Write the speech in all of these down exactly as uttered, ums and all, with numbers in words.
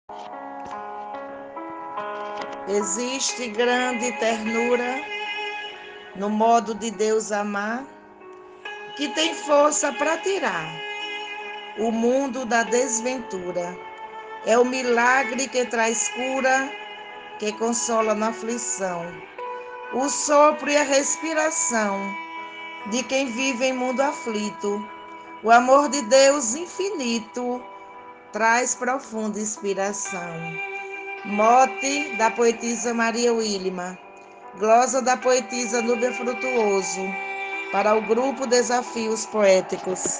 Existe grande ternura no modo de Deus amar, que tem força para tirar o mundo da desventura. É o milagre que traz cura, que consola na aflição. O sopro e a respiração de quem vive em mundo aflito. O amor de Deus infinito traz profunda inspiração. Mote da poetisa Maria Wilma. Glosa da poetisa Núbia Frutuoso. Para o grupo Desafios Poéticos.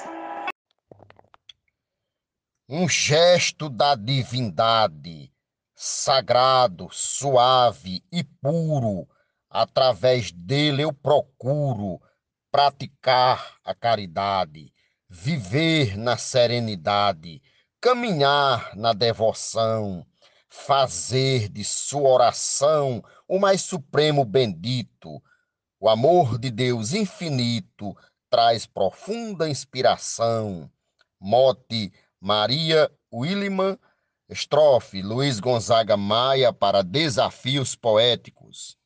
Um gesto da divindade, sagrado, suave e puro, através dele eu procuro praticar a caridade, viver na serenidade, caminhar na devoção, fazer de sua oração o mais supremo bendito. O amor de Deus infinito traz profunda inspiração. Mote Maria Wilma, estrofe Luiz Gonzaga Maia para Desafios Poéticos.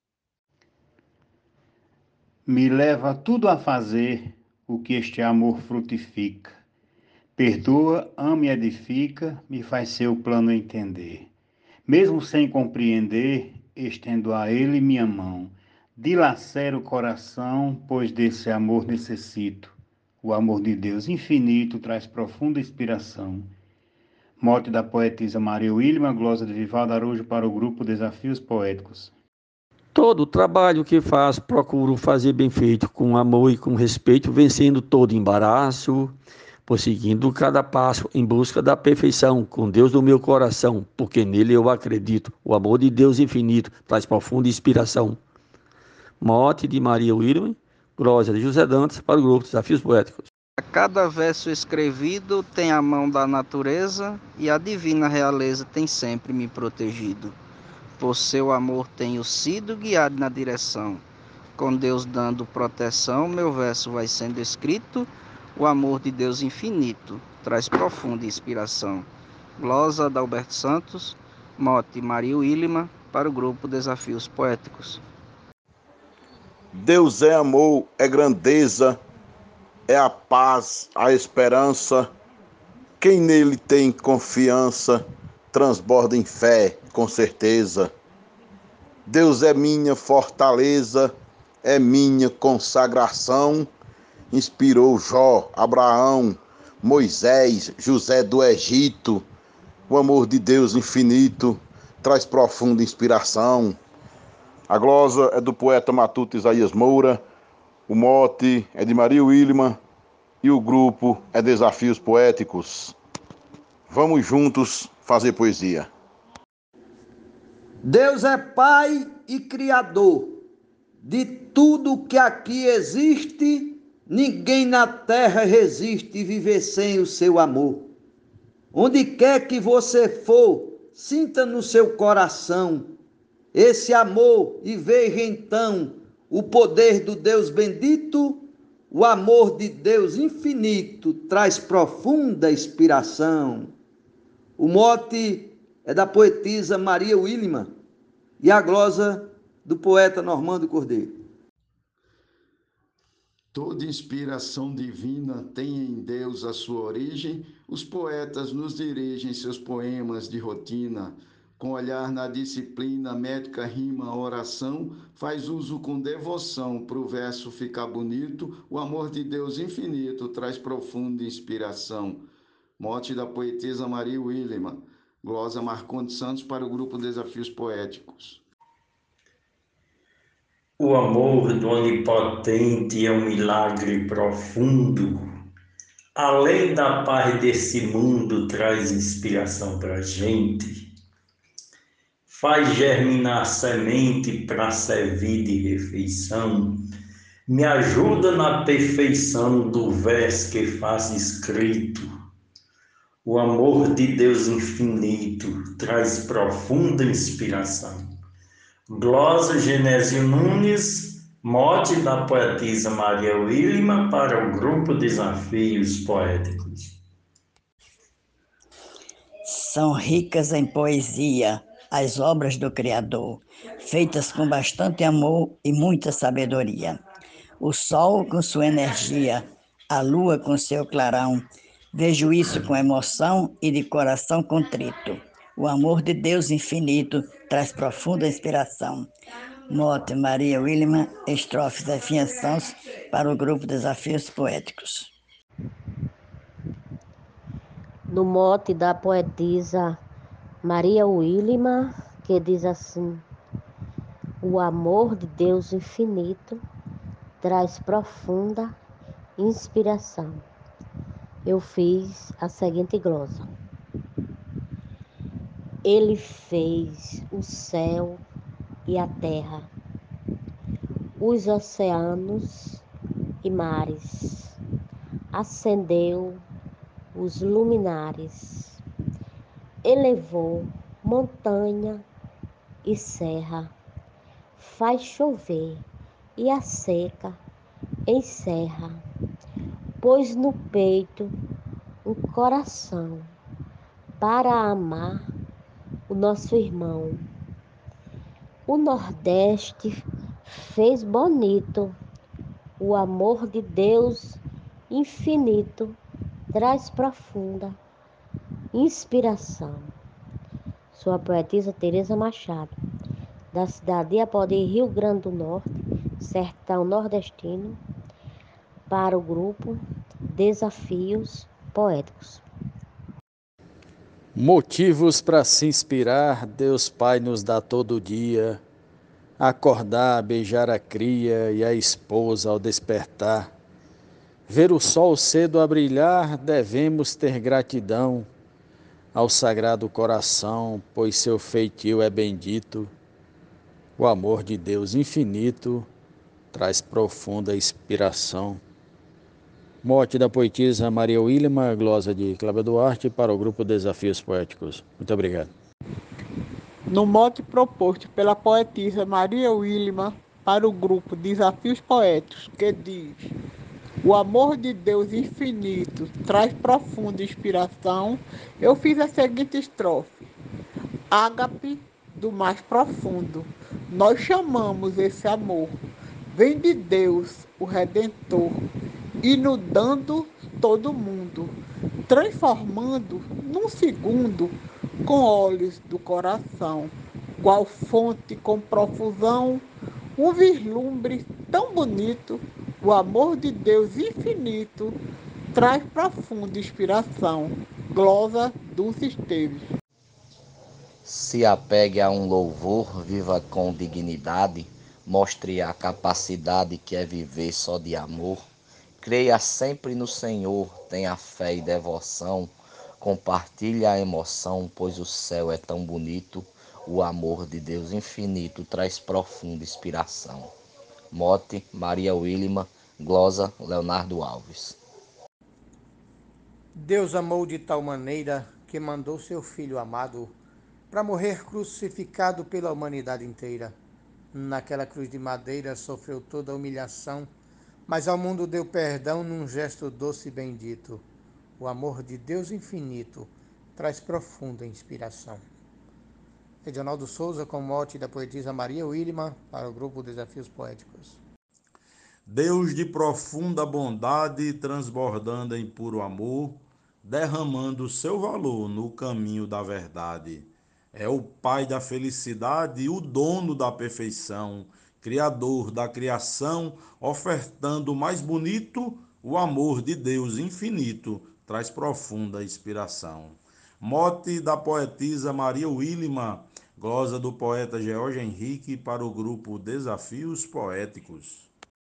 Me leva tudo a fazer o que este amor frutifica. Perdoa, ama e edifica, me faz seu plano entender. Mesmo sem compreender, estendo a ele minha mão. Dilacera o coração, pois desse amor necessito. O amor de Deus infinito traz profunda inspiração. Mote da poetisa Maria Wilma, glosa de Vivaldo Araújo para o grupo Desafios Poéticos. Todo o trabalho que faço, procuro fazer bem feito, com amor e com respeito, vencendo todo embaraço, prosseguindo cada passo em busca da perfeição, com Deus no meu coração, porque nele eu acredito. O amor de Deus infinito traz profunda inspiração. Mote de Maria Wilma, glosa de José Dantas para o grupo Desafios Poéticos. Cada verso escrevido tem a mão da natureza e a divina realeza tem sempre me protegido. Por seu amor tenho sido guiado na direção. Com Deus dando proteção, meu verso vai sendo escrito. O amor de Deus infinito traz profunda inspiração. Glosa Adalberto Santos, mote Maria Wilma, para o grupo Desafios Poéticos. Deus é amor, é grandeza, é a paz, a esperança. Quem nele tem confiança, transborda em fé, com certeza. Deus é minha fortaleza, é minha consagração. Inspirou Jó, Abraão, Moisés, José do Egito. O amor de Deus infinito traz profunda inspiração. A glosa é do poeta matuto Isaías Moura, o mote é de Maria Wilma e o grupo é Desafios Poéticos. Vamos juntos fazer poesia. Deus é Pai e Criador de tudo que aqui existe. Ninguém na terra resiste viver sem o seu amor. Onde quer que você for, sinta no seu coração esse amor e veja então o poder do Deus bendito. O amor de Deus infinito traz profunda inspiração. O mote é da poetisa Maria Wilma e a glosa do poeta Normando Cordeiro. Toda inspiração divina tem em Deus a sua origem. Os poetas nos dirigem seus poemas de rotina. Com olhar na disciplina, métrica, rima, oração, faz uso com devoção para o verso ficar bonito. O amor de Deus infinito traz profunda inspiração. Mote da poetisa Maria Wilma. Glosa Marcondes Santos para o grupo Desafios Poéticos. O amor do Onipotente é um milagre profundo. Além da paz desse mundo, traz inspiração para a gente. Faz germinar semente para servir de refeição. Me ajuda na perfeição do verso que faz escrito. O amor de Deus infinito traz profunda inspiração. Glosa Genésio Nunes, mote da poetisa Maria Wilma para o grupo Desafios Poéticos. São ricas em poesia as obras do Criador, feitas com bastante amor e muita sabedoria. O sol com sua energia, a lua com seu clarão. Vejo isso com emoção e de coração contrito. O amor de Deus infinito traz profunda inspiração. Mote Maria Williman, estrofes e afianções para o grupo Desafios Poéticos. No mote da poetisa Maria Williman, que diz assim: o amor de Deus infinito traz profunda inspiração. Eu fiz a seguinte glosa: Ele fez o céu e a terra, os oceanos e mares, acendeu os luminares, elevou montanha e serra, faz chover e a seca encerra, pôs no peito um coração para amar o nosso irmão. O Nordeste fez bonito, o amor de Deus infinito traz profunda inspiração. Sou a poetisa Tereza Machado, da cidade de Apodi, Rio Grande do Norte, sertão nordestino, para o grupo Desafios Poéticos. Motivos para se inspirar, Deus Pai nos dá todo dia. Acordar, beijar a cria e a esposa ao despertar. Ver o sol cedo a brilhar, devemos ter gratidão ao Sagrado Coração, pois seu feitio é bendito. O amor de Deus infinito traz profunda inspiração. Mote da poetisa Maria Williman, glosa de Cláudia Duarte, para o grupo Desafios Poéticos. Muito obrigado. No mote proposto pela poetisa Maria Williman para o grupo Desafios Poéticos, que diz: o amor de Deus infinito traz profunda inspiração, eu fiz a seguinte estrofe: ágape do mais profundo, nós chamamos esse amor, vem de Deus, o Redentor, inundando todo mundo, transformando num segundo com olhos do coração, qual fonte com profusão, um vislumbre tão bonito, o amor de Deus infinito traz profunda inspiração. Glosa Dulce Esteves. Se apegue a um louvor, viva com dignidade, mostre a capacidade que é viver só de amor. Creia sempre no Senhor, tenha fé e devoção, compartilhe a emoção, pois o céu é tão bonito, o amor de Deus infinito traz profunda inspiração. Mote Maria Williman, glosa Leonardo Alves. Deus amou de tal maneira que mandou seu Filho amado para morrer crucificado pela humanidade inteira. Naquela cruz de madeira sofreu toda a humilhação, mas ao mundo deu perdão num gesto doce e bendito. O amor de Deus infinito traz profunda inspiração. Edionaldo Souza, com mote da poetisa Maria Williman, para o grupo Desafios Poéticos. Deus de profunda bondade, transbordando em puro amor, derramando seu valor no caminho da verdade. É o Pai da felicidade, o dono da perfeição, Criador da criação, ofertando o mais bonito, o amor de Deus infinito, traz profunda inspiração. Mote da poetisa Maria Williman, glosa do poeta George Henrique, para o grupo Desafios Poéticos.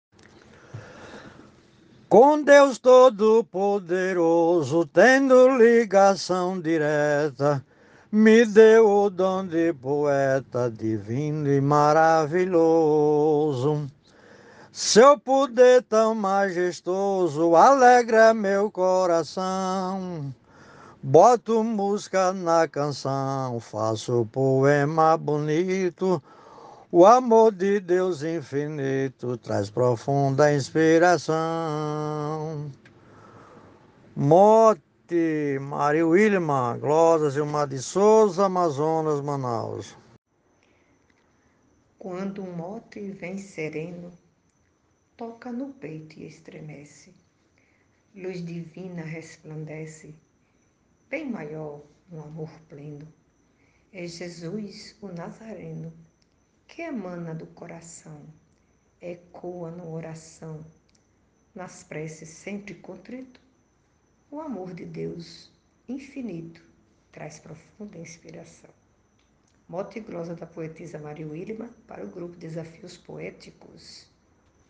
Com Deus Todo-Poderoso, tendo ligação direta, me deu o dom de poeta divino e maravilhoso. Seu poder tão majestoso alegra meu coração. Boto música na canção, faço poema bonito. O amor de Deus infinito traz profunda inspiração. Mote poete Maria Wilma, Glosa Gilmar de Souza, Amazonas, Manaus. Quando um mote vem sereno, toca no peito e estremece. Luz divina resplandece, bem maior um amor pleno. É Jesus, o Nazareno, que emana do coração, ecoa na oração, nas preces sempre contrito. O amor de Deus infinito traz profunda inspiração. Mote e glosa da poetisa Maria Wilma para o grupo Desafios Poéticos.